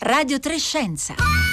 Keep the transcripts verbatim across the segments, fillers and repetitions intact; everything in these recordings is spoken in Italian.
Radio tre Scienza.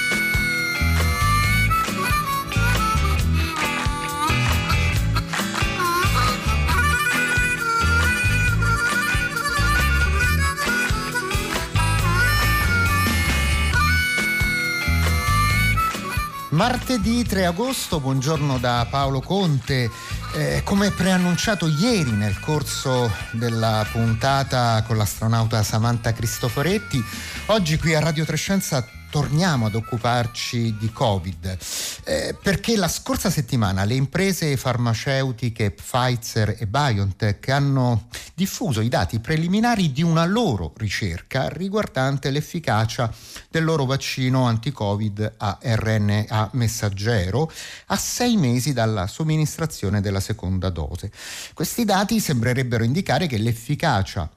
Martedì tre agosto, buongiorno da Paolo Conte. Eh, come preannunciato ieri nel corso della puntata con l'astronauta Samantha Cristoforetti, oggi qui a Radio tre Scienza torniamo ad occuparci di Covid, eh, perché la scorsa settimana le imprese farmaceutiche Pfizer e BioNTech hanno diffuso i dati preliminari di una loro ricerca riguardante l'efficacia del loro vaccino anti-Covid a R N A messaggero a sei mesi dalla somministrazione della seconda dose. Questi dati sembrerebbero indicare che l'efficacia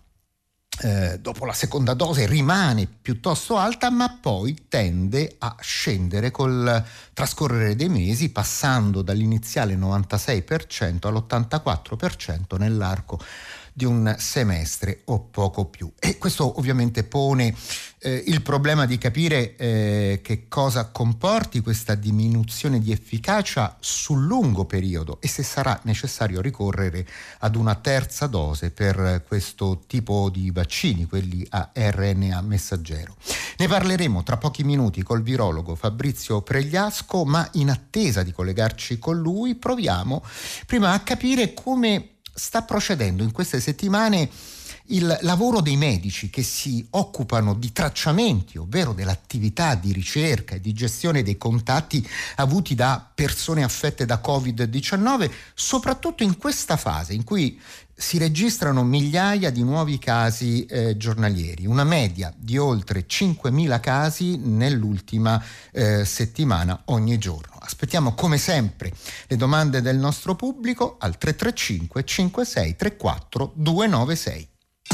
Eh, dopo la seconda dose rimane piuttosto alta, ma poi tende a scendere col trascorrere dei mesi, passando dall'iniziale novantasei per cento all'ottantaquattro per cento nell'arco di un semestre o poco più. E questo ovviamente pone eh, il problema di capire eh, che cosa comporti questa diminuzione di efficacia sul lungo periodo e se sarà necessario ricorrere ad una terza dose per questo tipo di vaccini, quelli a R N A messaggero. Ne parleremo tra pochi minuti col virologo Fabrizio Pregliasco, ma in attesa di collegarci con lui proviamo prima a capire come sta procedendo in queste settimane il lavoro dei medici che si occupano di tracciamenti, ovvero dell'attività di ricerca e di gestione dei contatti avuti da persone affette da covid diciannove, soprattutto in questa fase in cui si registrano migliaia di nuovi casi eh, giornalieri, una media di oltre cinquemila casi nell'ultima eh, settimana ogni giorno. Aspettiamo come sempre le domande del nostro pubblico al tre tre cinque cinque sei tre quattro due nove sei.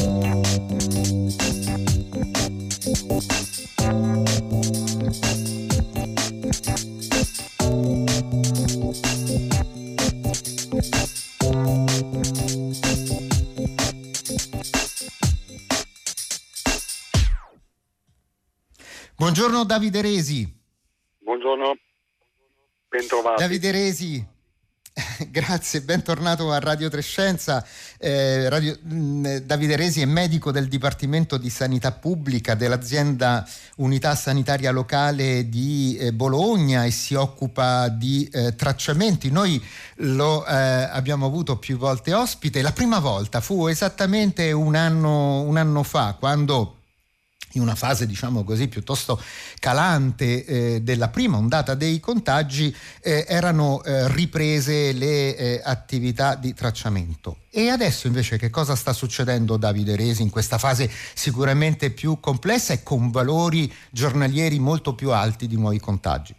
Buongiorno Davide Resi. Buongiorno, bentrovati. Davide Resi, grazie, bentornato a Radio tre Scienza. Eh, Radio, mh, Davide Resi è medico del Dipartimento di Sanità Pubblica dell'azienda Unità Sanitaria Locale di eh, Bologna e si occupa di eh, tracciamenti. Noi lo eh, abbiamo avuto più volte ospite. La prima volta fu esattamente un anno, un anno fa, quando in una fase diciamo così piuttosto calante eh, della prima ondata dei contagi eh, erano eh, riprese le eh, attività di tracciamento. E adesso invece che cosa sta succedendo, Davide Resi, in questa fase sicuramente più complessa e con valori giornalieri molto più alti di nuovi contagi?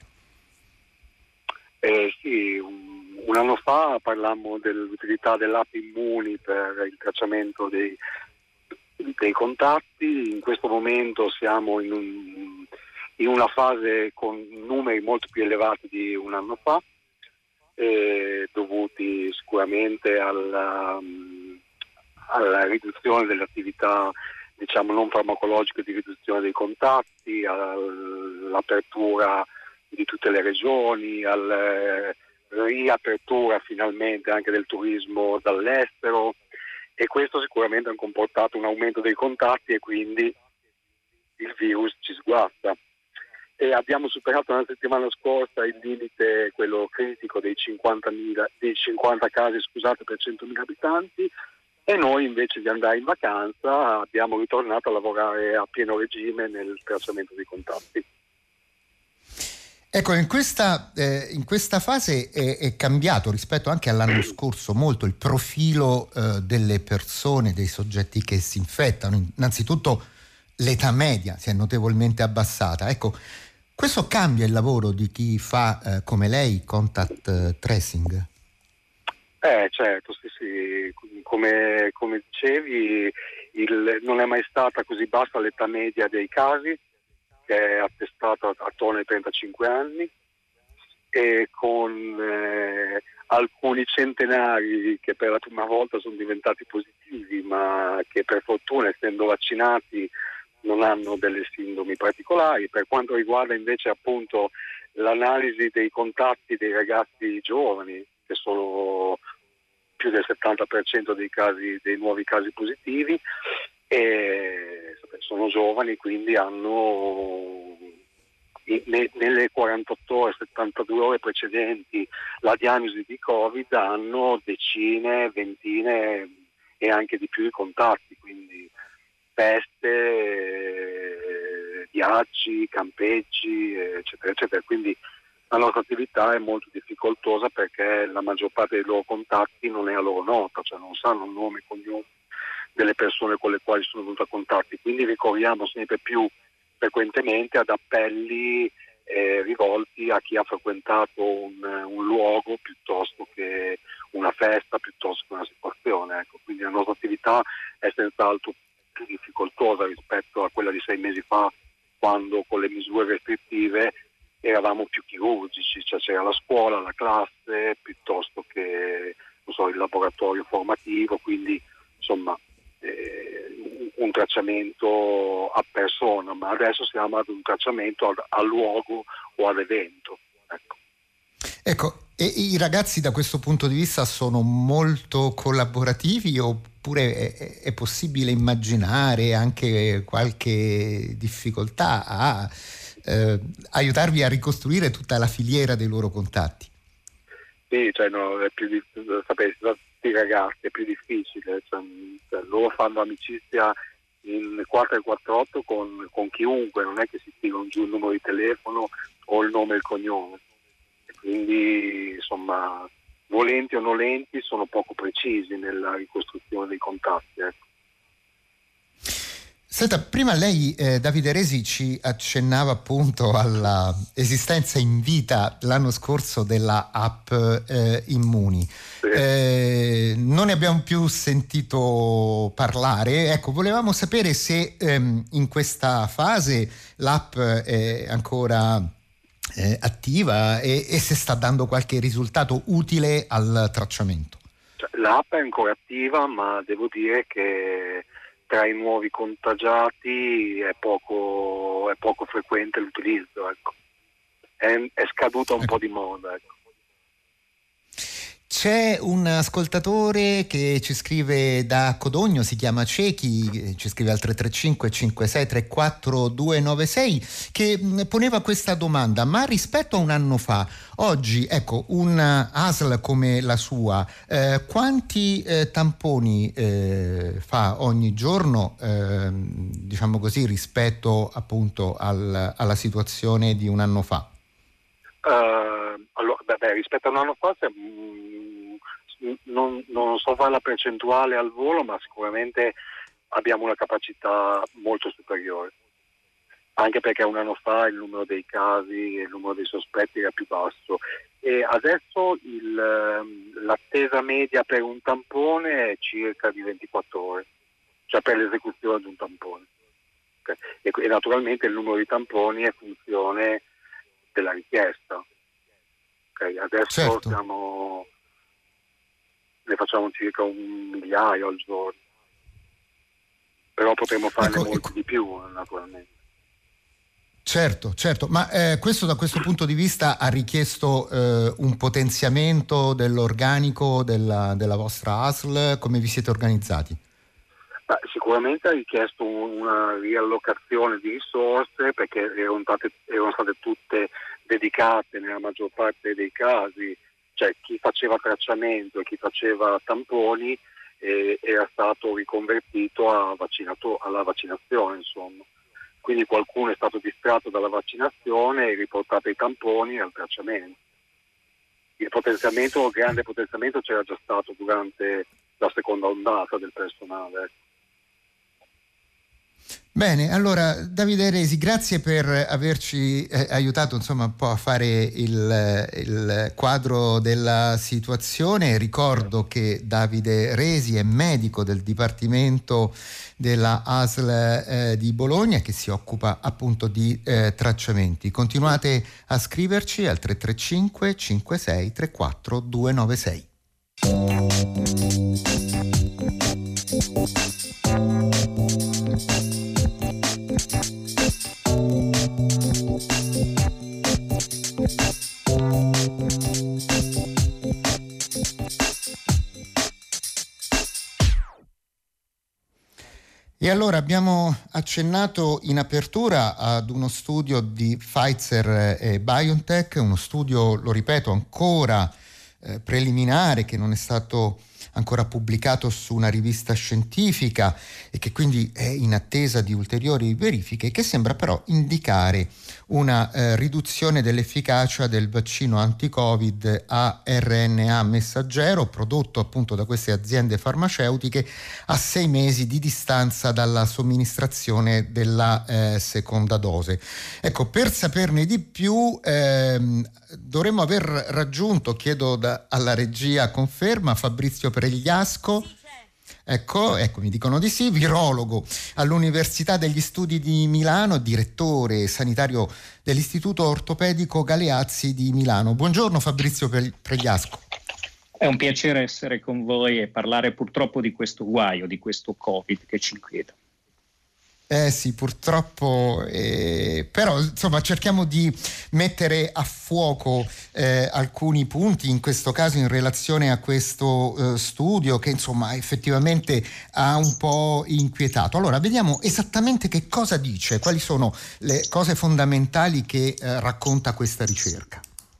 Eh, sì, un, un anno fa parlammo dell'utilità dell'app Immuni per il tracciamento dei dei contatti. In questo momento siamo in, un, in una fase con numeri molto più elevati di un anno fa, eh, dovuti sicuramente alla, alla riduzione delle attività diciamo non farmacologiche di riduzione dei contatti, all'apertura di tutte le regioni, alla riapertura finalmente anche del turismo dall'estero. E questo sicuramente ha comportato un aumento dei contatti e quindi il virus ci sguazza. E abbiamo superato la settimana scorsa il limite, quello critico, dei cinquantamila, dei cinquanta casi scusate, per centomila abitanti, e noi invece di andare in vacanza abbiamo ritornato a lavorare a pieno regime nel tracciamento dei contatti. Ecco, in questa, eh, in questa fase è, è cambiato rispetto anche all'anno scorso molto il profilo eh, delle persone, dei soggetti che si infettano. Innanzitutto l'età media si è notevolmente abbassata. Ecco, questo cambia il lavoro di chi fa eh, come lei contact eh, tracing? Eh certo, sì sì, come, come dicevi il, non è mai stata così bassa l'età media dei casi, che è attestato attorno ai trentacinque anni, e con eh, alcuni centenari che per la prima volta sono diventati positivi, ma che per fortuna, essendo vaccinati, non hanno delle sindromi particolari. Per quanto riguarda invece appunto l'analisi dei contatti dei ragazzi giovani, che sono più del settanta per cento dei casi, dei nuovi casi positivi, e sono giovani, quindi hanno nelle quarantotto ore, settantadue ore precedenti la diagnosi di Covid, hanno decine, ventine e anche di più di contatti, quindi feste, viaggi, campeggi, eccetera, eccetera. Quindi la nostra attività è molto difficoltosa perché la maggior parte dei loro contatti non è a loro nota, cioè non sanno il nome e cognome delle persone con le quali sono venuti a contatti, quindi ricorriamo sempre più frequentemente ad appelli eh, rivolti a chi ha frequentato un, un luogo piuttosto che una festa, piuttosto che una situazione. Ecco. Quindi la nostra attività è senz'altro più difficoltosa rispetto a quella di sei mesi fa, quando con le misure restrittive eravamo più chirurgici, cioè c'era la scuola, la classe, piuttosto che non so, il laboratorio formativo, quindi insomma eh, un tracciamento a persona, ma adesso siamo ad un tracciamento al, al luogo o all'evento. Ecco. Ecco, e i ragazzi da questo punto di vista sono molto collaborativi, oppure è, è possibile immaginare anche qualche difficoltà a eh, aiutarvi a ricostruire tutta la filiera dei loro contatti? Sì, cioè no, è più difficile, sapete, i ragazzi è più difficile, cioè, cioè, loro fanno amicizia in quattro quattro otto con, con chiunque, non è che si scrivono giù il numero di telefono o il nome e il cognome, e quindi insomma volenti o nolenti sono poco precisi nella ricostruzione dei contatti. Ecco. Senta, prima lei, eh, Davide Resi, ci accennava appunto alla esistenza in vita l'anno scorso della app eh, Immuni. Sì. Eh, non ne abbiamo più sentito parlare. Ecco, volevamo sapere se ehm, in questa fase l'app è ancora eh, attiva e, e se sta dando qualche risultato utile al tracciamento. Cioè, l'app è ancora attiva, ma devo dire che tra i nuovi contagiati è poco, è poco frequente l'utilizzo, ecco. È, è scaduta un ecco. po' di moda, ecco. C'è un ascoltatore che ci scrive da Codogno, si chiama Cechi, ci scrive al tre tre cinque cinque sei tre quattro due nove sei, che poneva questa domanda: ma rispetto a un anno fa, oggi, ecco, una A S L come la sua, eh, quanti eh, tamponi eh, fa ogni giorno, eh, diciamo così, rispetto appunto al, alla situazione di un anno fa? Uh, allora, beh, beh, rispetto a un anno fa, se, mh, non, non so fare la percentuale al volo, ma sicuramente abbiamo una capacità molto superiore, anche perché un anno fa il numero dei casi e il numero dei sospetti era più basso, e adesso il, l'attesa media per un tampone è circa di ventiquattro ore, cioè per l'esecuzione di un tampone. Okay. E, e naturalmente il numero di tamponi è funzione della richiesta. Okay, adesso certo. siamo, ne facciamo circa un migliaio al giorno, però potremmo farne ecco, molti ecco. di più, naturalmente. Certo, certo, ma eh, questo da questo punto di vista ha richiesto eh, un potenziamento dell'organico della, della vostra A S L? Come vi siete organizzati? Beh, sicuramente ha richiesto una riallocazione di risorse, perché erano state, erano state tutte dedicate nella maggior parte dei casi, cioè chi faceva tracciamento e chi faceva tamponi eh, era stato riconvertito a vaccinato, alla vaccinazione, insomma. Quindi qualcuno è stato distratto dalla vaccinazione e riportato ai tamponi e al tracciamento. Il potenziamento, il grande potenziamento c'era già stato durante la seconda ondata del personale. Bene, allora Davide Resi, grazie per averci eh, aiutato insomma un po' a fare il, il quadro della situazione. Ricordo che Davide Resi è medico del Dipartimento della A S L eh, di Bologna, che si occupa appunto di eh, tracciamenti. Continuate a scriverci al tre tre cinque cinque sei tre quattro due nove sei. E allora abbiamo accennato in apertura ad uno studio di Pfizer e BioNTech, uno studio, lo ripeto, ancora eh, preliminare, che non è stato ancora pubblicato su una rivista scientifica e che quindi è in attesa di ulteriori verifiche, che sembra però indicare una eh, riduzione dell'efficacia del vaccino anti-Covid a R N A messaggero prodotto appunto da queste aziende farmaceutiche a sei mesi di distanza dalla somministrazione della eh, seconda dose. Ecco, per saperne di più ehm, dovremmo aver raggiunto, chiedo da, alla regia conferma, Fabrizio Pregliasco. Ecco, ecco, mi dicono di sì, virologo all'Università degli Studi di Milano, direttore sanitario dell'Istituto Ortopedico Galeazzi di Milano. Buongiorno Fabrizio Pregliasco. È un piacere essere con voi e parlare purtroppo di questo guaio, di questo Covid che ci inquieta. Eh sì, purtroppo, eh, però insomma cerchiamo di mettere a fuoco eh, alcuni punti, in questo caso in relazione a questo eh, studio che insomma effettivamente ha un po' inquietato. Allora vediamo esattamente che cosa dice, quali sono le cose fondamentali che eh, racconta questa ricerca.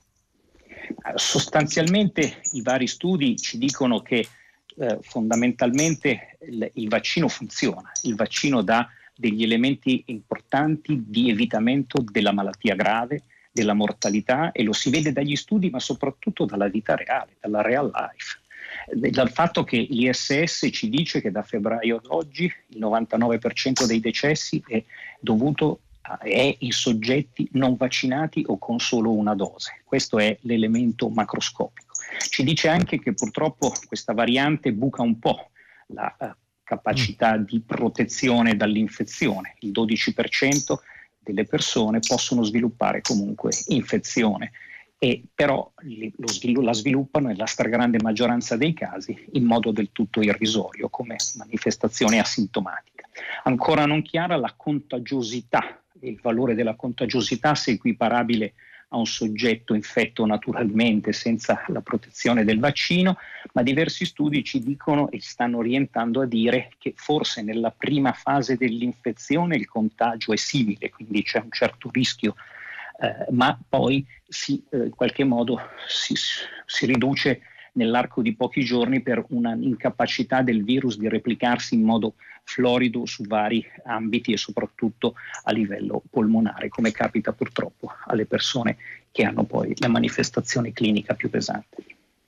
Sostanzialmente i vari studi ci dicono che eh, fondamentalmente il, il vaccino funziona, il vaccino dà degli elementi importanti di evitamento della malattia grave, della mortalità, e lo si vede dagli studi ma soprattutto dalla vita reale, dalla real life. Dal fatto che l'I S S ci dice che da febbraio ad oggi il novantanove per cento dei decessi è dovuto a, è in soggetti non vaccinati o con solo una dose. Questo è l'elemento macroscopico. Ci dice anche che purtroppo questa variante buca un po' la uh, capacità di protezione dall'infezione. Il dodici per cento delle persone possono sviluppare comunque infezione, e però lo svil- la sviluppano nella stragrande maggioranza dei casi in modo del tutto irrisorio, come manifestazione asintomatica. Ancora non chiara la contagiosità, il valore della contagiosità, se equiparabile a un soggetto infetto naturalmente senza la protezione del vaccino, ma diversi studi ci dicono e stanno orientando a dire che forse nella prima fase dell'infezione il contagio è simile, quindi c'è un certo rischio, eh, ma poi si, eh, in qualche modo si, si riduce nell'arco di pochi giorni per una incapacità del virus di replicarsi in modo florido su vari ambiti e soprattutto a livello polmonare, come capita purtroppo alle persone che hanno poi la manifestazione clinica più pesante.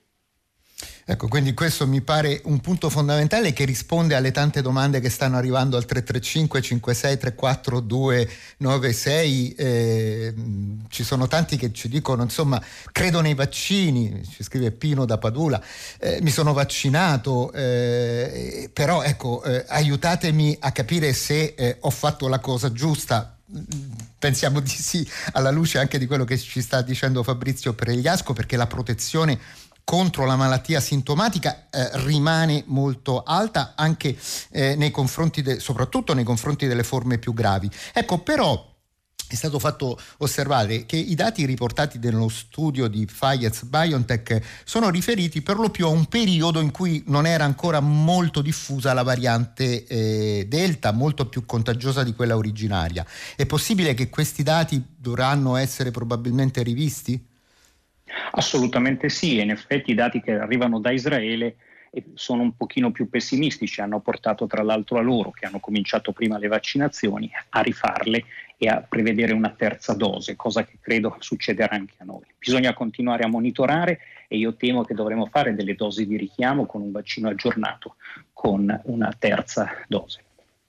Ecco, quindi questo mi pare un punto fondamentale che risponde alle tante domande che stanno arrivando al tre tre cinque cinque sei tre quattro due nove sei. Eh, ci sono tanti che ci dicono, insomma, credo nei vaccini, ci scrive Pino da Padula, eh, mi sono vaccinato, eh, però ecco, eh, aiutatemi a capire se eh, ho fatto la cosa giusta. Pensiamo di sì, alla luce anche di quello che ci sta dicendo Fabrizio Pregliasco, perché la protezione contro la malattia sintomatica eh, rimane molto alta anche eh, nei confronti de, soprattutto nei confronti delle forme più gravi. Ecco, però è stato fatto osservare che i dati riportati nello studio di Pfizer-BioNTech sono riferiti per lo più a un periodo in cui non era ancora molto diffusa la variante eh, Delta, molto più contagiosa di quella originaria. È possibile che questi dati dovranno essere probabilmente rivisti? Assolutamente sì, in effetti i dati che arrivano da Israele sono un pochino più pessimistici, hanno portato tra l'altro a loro, che hanno cominciato prima le vaccinazioni, a rifarle e a prevedere una terza dose, cosa che credo succederà anche a noi. Bisogna continuare a monitorare e io temo che dovremo fare delle dosi di richiamo con un vaccino aggiornato, con una terza dose.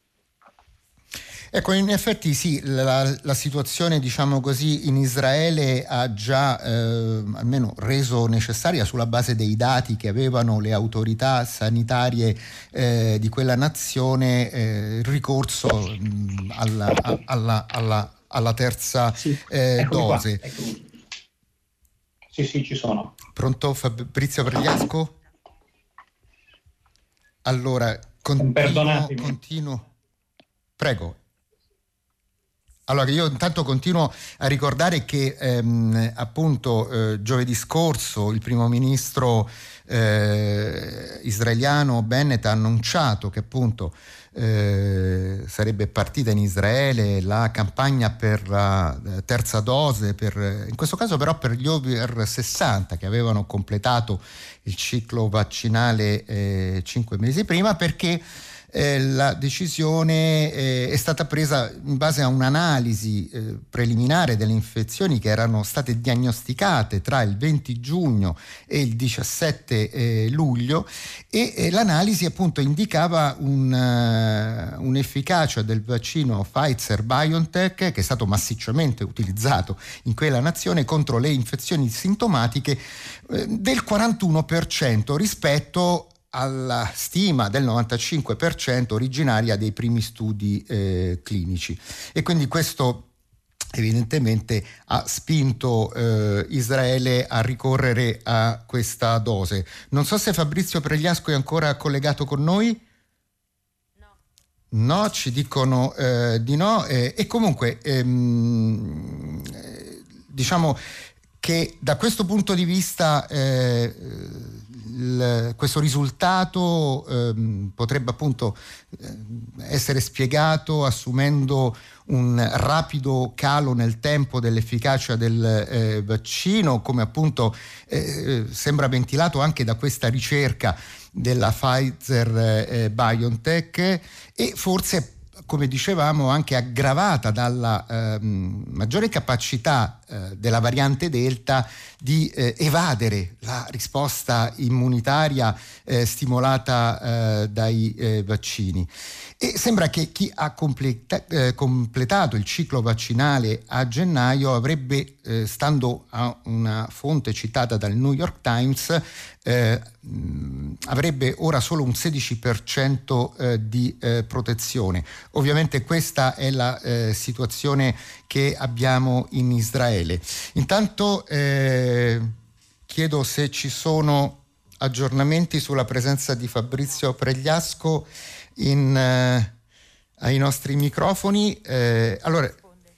Ecco, in effetti sì, la, la situazione, diciamo così, in Israele ha già eh, almeno reso necessaria, sulla base dei dati che avevano le autorità sanitarie eh, di quella nazione, eh, il ricorso mh, alla, a, alla, alla, alla terza sì, eh, dose. Sì, sì, ci sono. Pronto Fabrizio Pregliasco? Allora, continuo, continuo. Prego. Allora, io intanto continuo a ricordare che ehm, appunto eh, giovedì scorso il primo ministro eh, israeliano Bennett ha annunciato che appunto eh, sarebbe partita in Israele la campagna per la terza dose, per, in questo caso però per gli over sessanta che avevano completato il ciclo vaccinale eh, cinque mesi prima, perché Eh, la decisione eh, è stata presa in base a un'analisi eh, preliminare delle infezioni che erano state diagnosticate tra il venti giugno e il diciassette eh, luglio e, e l'analisi appunto indicava un, uh, un'efficacia del vaccino Pfizer-BioNTech, che è stato massicciamente utilizzato in quella nazione contro le infezioni sintomatiche, eh, del quarantuno per cento rispetto alla stima del novantacinque per cento originaria dei primi studi eh, clinici. E quindi questo evidentemente ha spinto eh, Israele a ricorrere a questa dose. Non so se Fabrizio Pregliasco è ancora collegato con noi. No, no, ci dicono eh, di no eh, e comunque ehm, eh, diciamo che da questo punto di vista eh, Il, questo risultato ehm, potrebbe appunto eh, essere spiegato assumendo un rapido calo nel tempo dell'efficacia del eh, vaccino, come appunto eh, sembra ventilato anche da questa ricerca della Pfizer eh, BioNTech, e forse, come dicevamo, anche aggravata dalla ehm, maggiore capacità eh, della variante Delta di eh, evadere la risposta immunitaria eh, stimolata eh, dai eh, vaccini. E sembra che chi ha completa, eh, completato il ciclo vaccinale a gennaio avrebbe, eh, stando a una fonte citata dal New York Times, eh, mh, avrebbe ora solo un sedici per cento eh, di eh, protezione. Ovviamente questa è la eh, situazione che abbiamo in Israele. Intanto eh, chiedo se ci sono aggiornamenti sulla presenza di Fabrizio Pregliasco in, eh, ai nostri microfoni. Eh, allora,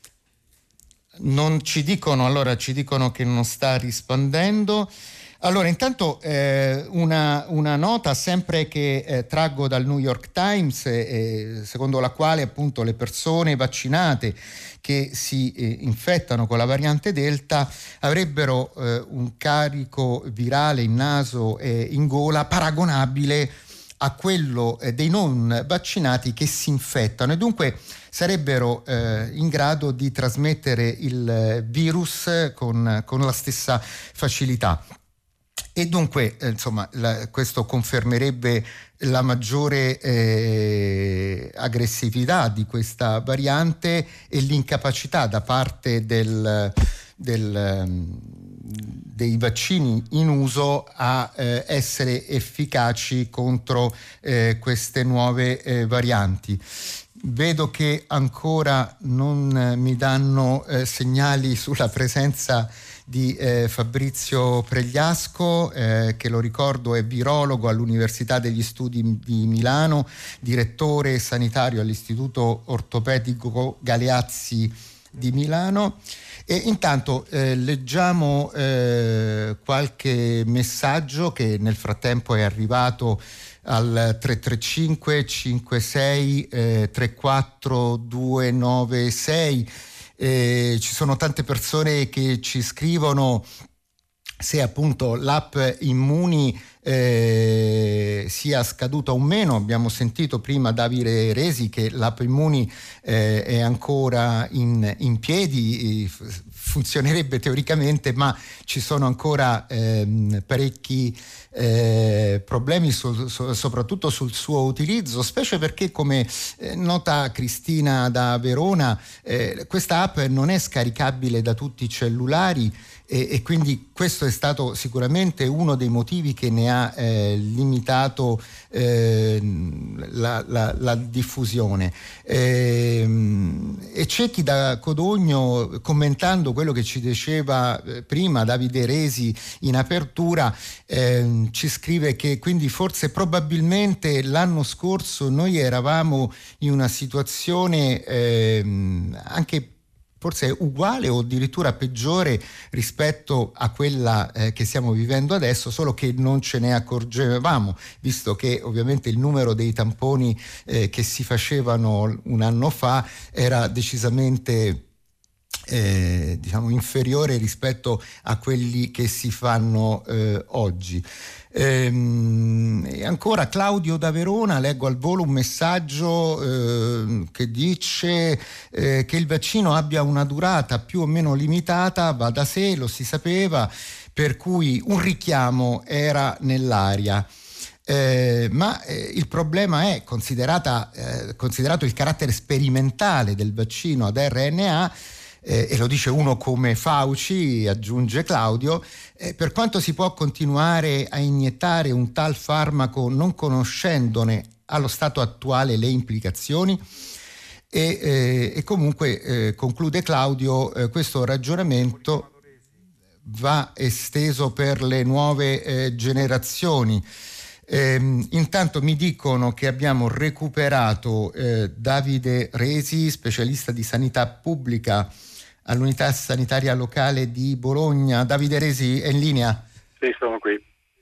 non ci dicono, allora ci dicono che non sta rispondendo. Allora, intanto eh, una, una nota sempre che eh, traggo dal New York Times, eh, secondo la quale appunto le persone vaccinate che si eh, infettano con la variante Delta avrebbero eh, un carico virale in naso e in gola paragonabile a quello eh, dei non vaccinati che si infettano, e dunque sarebbero eh, in grado di trasmettere il virus con, con la stessa facilità. E dunque eh, insomma la, questo confermerebbe la maggiore eh, aggressività di questa variante e l'incapacità da parte del, del, dei vaccini in uso a eh, essere efficaci contro eh, queste nuove eh, varianti. Vedo che ancora non mi danno eh, segnali sulla presenza di eh, Fabrizio Pregliasco, eh, che lo ricordo è virologo all'Università degli Studi di Milano, direttore sanitario all'Istituto Ortopedico Galeazzi di Milano. E intanto eh, leggiamo eh, qualche messaggio che nel frattempo è arrivato al tre tre cinque cinque sei eh, tre quattro due nove sei. Eh, ci sono tante persone che ci scrivono se appunto l'app Immuni eh, sia scaduta o meno. Abbiamo sentito prima Davide Resi che l'app Immuni eh, è ancora in, in piedi, funzionerebbe teoricamente, ma ci sono ancora ehm, parecchi eh, problemi sul, so, soprattutto sul suo utilizzo, specie perché, come eh, nota Cristina da Verona, eh, questa app non è scaricabile da tutti i cellulari e, e quindi questo è stato sicuramente uno dei motivi che ne ha eh, limitato eh, la, la, la diffusione. E, e c'è chi da Codogno, commentando quello che ci diceva eh, prima Davide Resi in apertura, eh, ci scrive che quindi forse probabilmente l'anno scorso noi eravamo in una situazione eh, anche forse uguale o addirittura peggiore rispetto a quella eh, che stiamo vivendo adesso, solo che non ce ne accorgevamo, visto che ovviamente il numero dei tamponi eh, che si facevano un anno fa era decisamente Eh, diciamo inferiore rispetto a quelli che si fanno eh, oggi. Ehm, e ancora Claudio da Verona, leggo al volo un messaggio eh, che dice eh, che il vaccino abbia una durata più o meno limitata, va da sé, lo si sapeva, per cui un richiamo era nell'aria. Eh, ma eh, il problema è, considerata, eh, considerato il carattere sperimentale del vaccino ad R N A, Eh, e lo dice uno come Fauci, aggiunge Claudio, eh, per quanto si può continuare a iniettare un tal farmaco non conoscendone allo stato attuale le implicazioni? E, eh, e comunque eh, conclude Claudio, eh, questo ragionamento va esteso per le nuove eh, generazioni. Eh, intanto mi dicono che abbiamo recuperato eh, Davide Resi, specialista di sanità pubblica all'unità sanitaria locale di Bologna. Davide Resi è in linea? Sì, sono qui.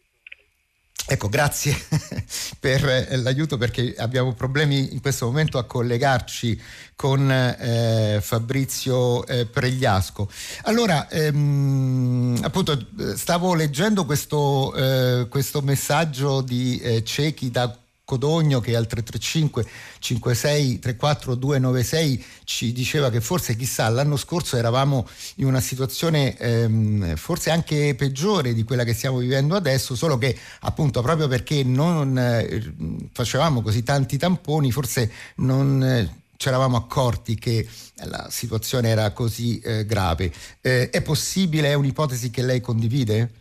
Ecco, grazie per eh, l'aiuto, perché abbiamo problemi in questo momento a collegarci con eh, Fabrizio eh, Pregliasco. Allora, ehm, appunto, stavo leggendo questo, eh, questo messaggio di eh, Cecchi da Codogno, che al tre tre cinque cinque sei tre quattro due nove sei ci diceva che forse, chissà, l'anno scorso eravamo in una situazione ehm, forse anche peggiore di quella che stiamo vivendo adesso, solo che appunto proprio perché non eh, facevamo così tanti tamponi, forse non eh, ci eravamo accorti che la situazione era così eh, grave. Eh, è possibile, è un'ipotesi che lei condivide?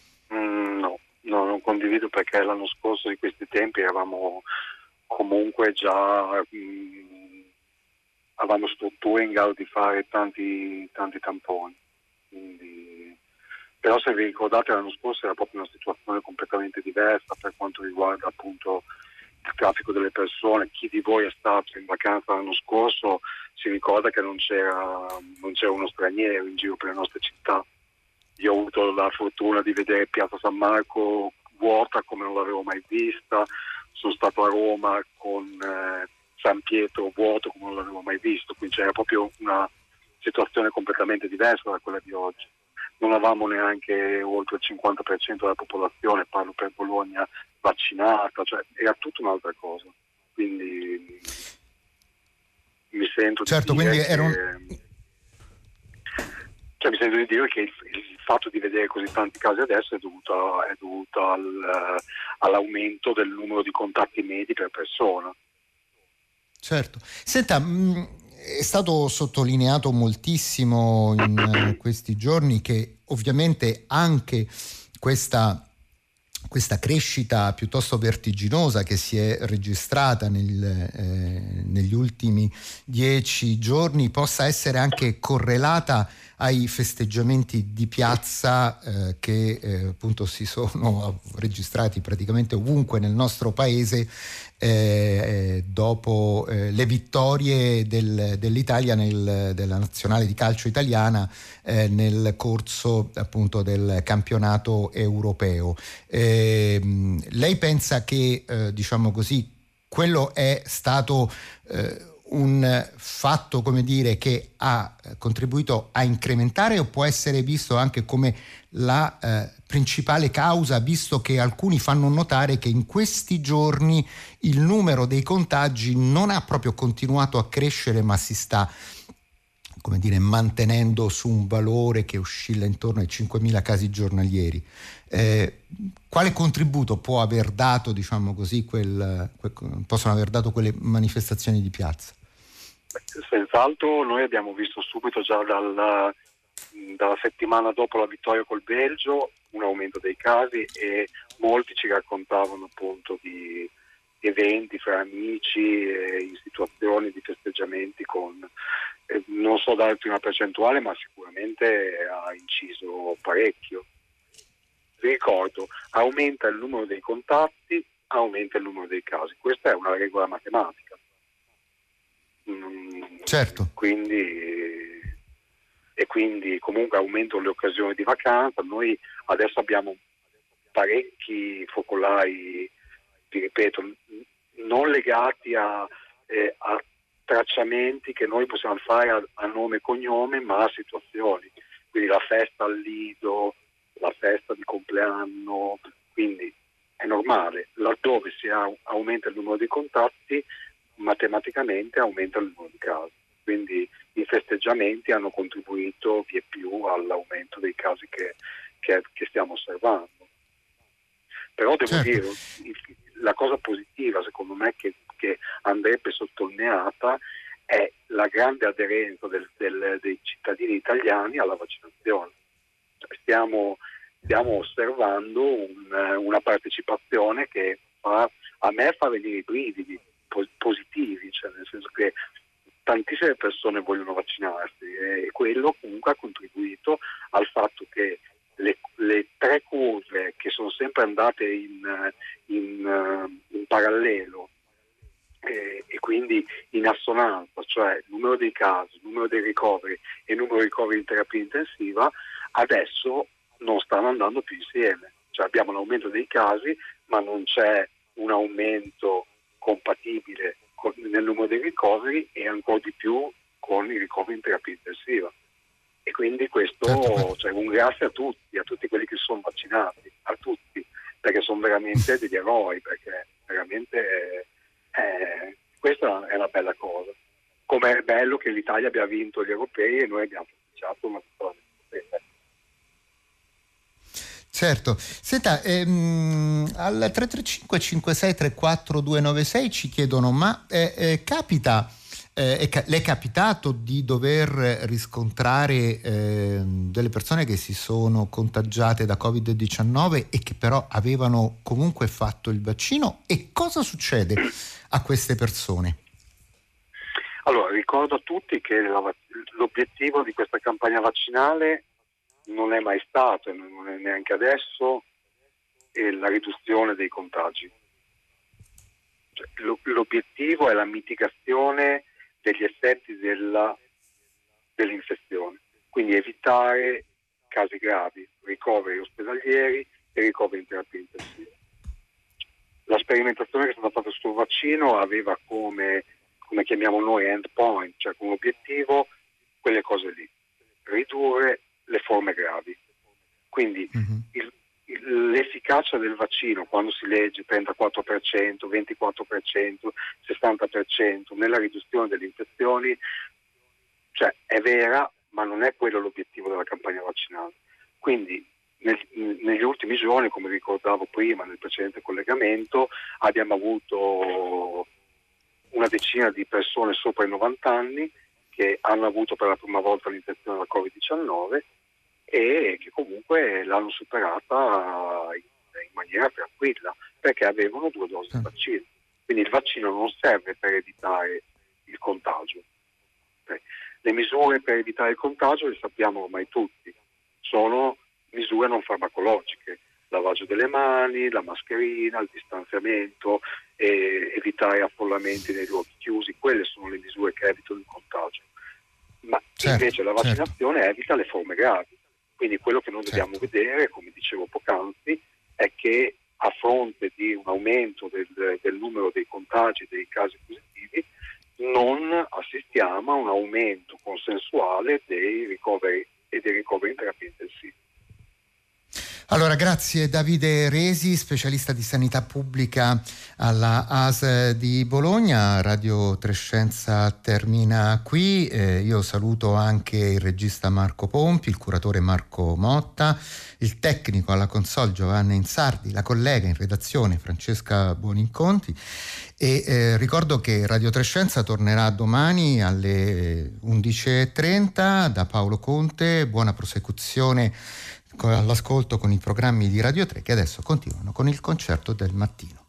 No, non condivido, perché l'anno scorso di questi tempi eravamo comunque già mh, avevamo strutture in grado di fare tanti tanti tamponi. Quindi, però se vi ricordate, l'anno scorso era proprio una situazione completamente diversa per quanto riguarda appunto il traffico delle persone. Chi di voi è stato in vacanza l'anno scorso si ricorda che non c'era non c'era uno straniero in giro per le nostre città. Io ho avuto la fortuna di vedere Piazza San Marco vuota come non l'avevo mai vista, sono stato a Roma con eh, San Pietro vuoto come non l'avevo mai visto, quindi c'era proprio una situazione completamente diversa da quella di oggi. Non avevamo neanche oltre il cinquanta per cento della popolazione, parlo per Bologna, vaccinata, cioè era tutta un'altra cosa. Quindi mi sento certo, di dire quindi che, era un... cioè, mi sento di dire che il, il fatto di vedere così tanti casi adesso è dovuto, è dovuto al, all'aumento del numero di contatti medi per persona. Certo. Senta, mh, è stato sottolineato moltissimo in uh, questi giorni che ovviamente anche questa questa crescita piuttosto vertiginosa che si è registrata nel, eh, negli ultimi dieci giorni possa essere anche correlata ai festeggiamenti di piazza eh, che eh, appunto si sono registrati praticamente ovunque nel nostro paese eh, dopo eh, le vittorie del, dell'Italia nel, della nazionale di calcio italiana eh, nel corso appunto del campionato europeo. Eh, lei pensa che eh, diciamo così quello è stato eh, un fatto, come dire, che ha contribuito a incrementare, o può essere visto anche come la eh, principale causa, visto che alcuni fanno notare che in questi giorni il numero dei contagi non ha proprio continuato a crescere, ma si sta, come dire, mantenendo su un valore che oscilla intorno ai cinquemila casi giornalieri. Eh, quale contributo può aver dato, diciamo così, quel, quel, possono aver dato quelle manifestazioni di piazza? Senz'altro noi abbiamo visto subito già dal, dalla settimana dopo la vittoria col Belgio un aumento dei casi, e molti ci raccontavano appunto di eventi fra amici e in situazioni di festeggiamenti con, eh, non so darti una percentuale, ma sicuramente ha inciso parecchio. Vi ricordo, aumenta il numero dei contatti, aumenta il numero dei casi, questa è una regola matematica. Mm, certo. Quindi e quindi comunque aumentano le occasioni di vacanza. Noi adesso abbiamo parecchi focolai, ti ripeto, non legati a, eh, a tracciamenti che noi possiamo fare a, a nome e cognome, ma a situazioni. Quindi la festa al lido, la festa di compleanno, quindi è normale, laddove si ha, aumenta il numero di contatti, matematicamente aumenta il numero di casi. Quindi i festeggiamenti hanno contribuito vie più all'aumento dei casi che, che, che stiamo osservando. Però devo certo. dire, la cosa positiva secondo me che, che andrebbe sottolineata è la grande aderenza del, del, dei cittadini italiani alla vaccinazione. Stiamo, stiamo osservando un, una partecipazione che fa, a me fa venire i brividi positivi, cioè nel senso che tantissime persone vogliono vaccinarsi e quello comunque ha contribuito al fatto che le, le tre curve che sono sempre andate in, in, in parallelo e, e quindi in assonanza, cioè il numero dei casi, il numero dei ricoveri e il numero di ricoveri in terapia intensiva, adesso non stanno andando più insieme. Cioè abbiamo un aumento dei casi, ma non c'è un aumento compatibile con, nel numero dei ricoveri e ancora di più con i ricoveri in terapia intensiva. E quindi questo, certo. Cioè, un grazie a tutti, a tutti quelli che sono vaccinati, a tutti, perché sono veramente degli eroi, perché veramente eh, questa è una bella cosa. Come è bello che l'Italia abbia vinto gli europei e noi abbiamo festeggiato una vittoria. Certo, senta, ehm, al tre tre cinque cinque sei tre quattro due nove sei ci chiedono, ma eh, eh, capita, eh, è ca- le è capitato di dover riscontrare eh, delle persone che si sono contagiate da covid diciannove e che però avevano comunque fatto il vaccino, e cosa succede a queste persone? Allora, ricordo a tutti che la, l'obiettivo di questa campagna vaccinale non è mai stato, e non è neanche adesso, è la riduzione dei contagi. Cioè, lo, l'obiettivo è la mitigazione degli effetti della, dell'infezione, quindi evitare casi gravi, ricoveri ospedalieri e ricoveri in terapia intensiva. La sperimentazione che è stata fatta sul vaccino aveva come, come chiamiamo noi, endpoint, cioè come obiettivo quelle cose lì, ridurre le forme gravi. Quindi uh-huh. il, il, l'efficacia del vaccino, quando si legge trentaquattro per cento, ventiquattro per cento, sessanta per cento nella riduzione delle infezioni, cioè è vera, ma non è quello l'obiettivo della campagna vaccinale. Quindi nel, negli ultimi giorni, come ricordavo prima nel precedente collegamento, abbiamo avuto una decina di persone sopra i novanta anni che hanno avuto per la prima volta l'infezione da covid diciannove e che comunque l'hanno superata in, in maniera tranquilla, perché avevano due dosi di vaccino. Quindi il vaccino non serve per evitare il contagio. Le misure per evitare il contagio le sappiamo ormai tutti, sono misure non farmacologiche: lavaggio delle mani, la mascherina, il distanziamento, e evitare affollamenti nei luoghi chiusi. Quelle sono le misure che evitano il contagio. Ma certo, invece la vaccinazione certo. evita le forme gravi. Quindi quello che noi dobbiamo certo. vedere, come dicevo poc'anzi, è che a fronte di un aumento del, del numero dei contagi e dei casi positivi, non assistiamo a un aumento consensuale dei ricoveri e dei ricoveri in terapia intensiva. Allora, grazie Davide Resi, specialista di sanità pubblica alla A S L di Bologna. Radio Trescenza termina qui. Eh, io saluto anche il regista Marco Pompi, il curatore Marco Motta, il tecnico alla console Giovanna Insardi, la collega in redazione Francesca Buoninconti. E eh, ricordo che Radio Trescenza tornerà domani alle undici e trenta da Paolo Conte. Buona prosecuzione all'ascolto con i programmi di Radio tre, che adesso continuano con il concerto del mattino.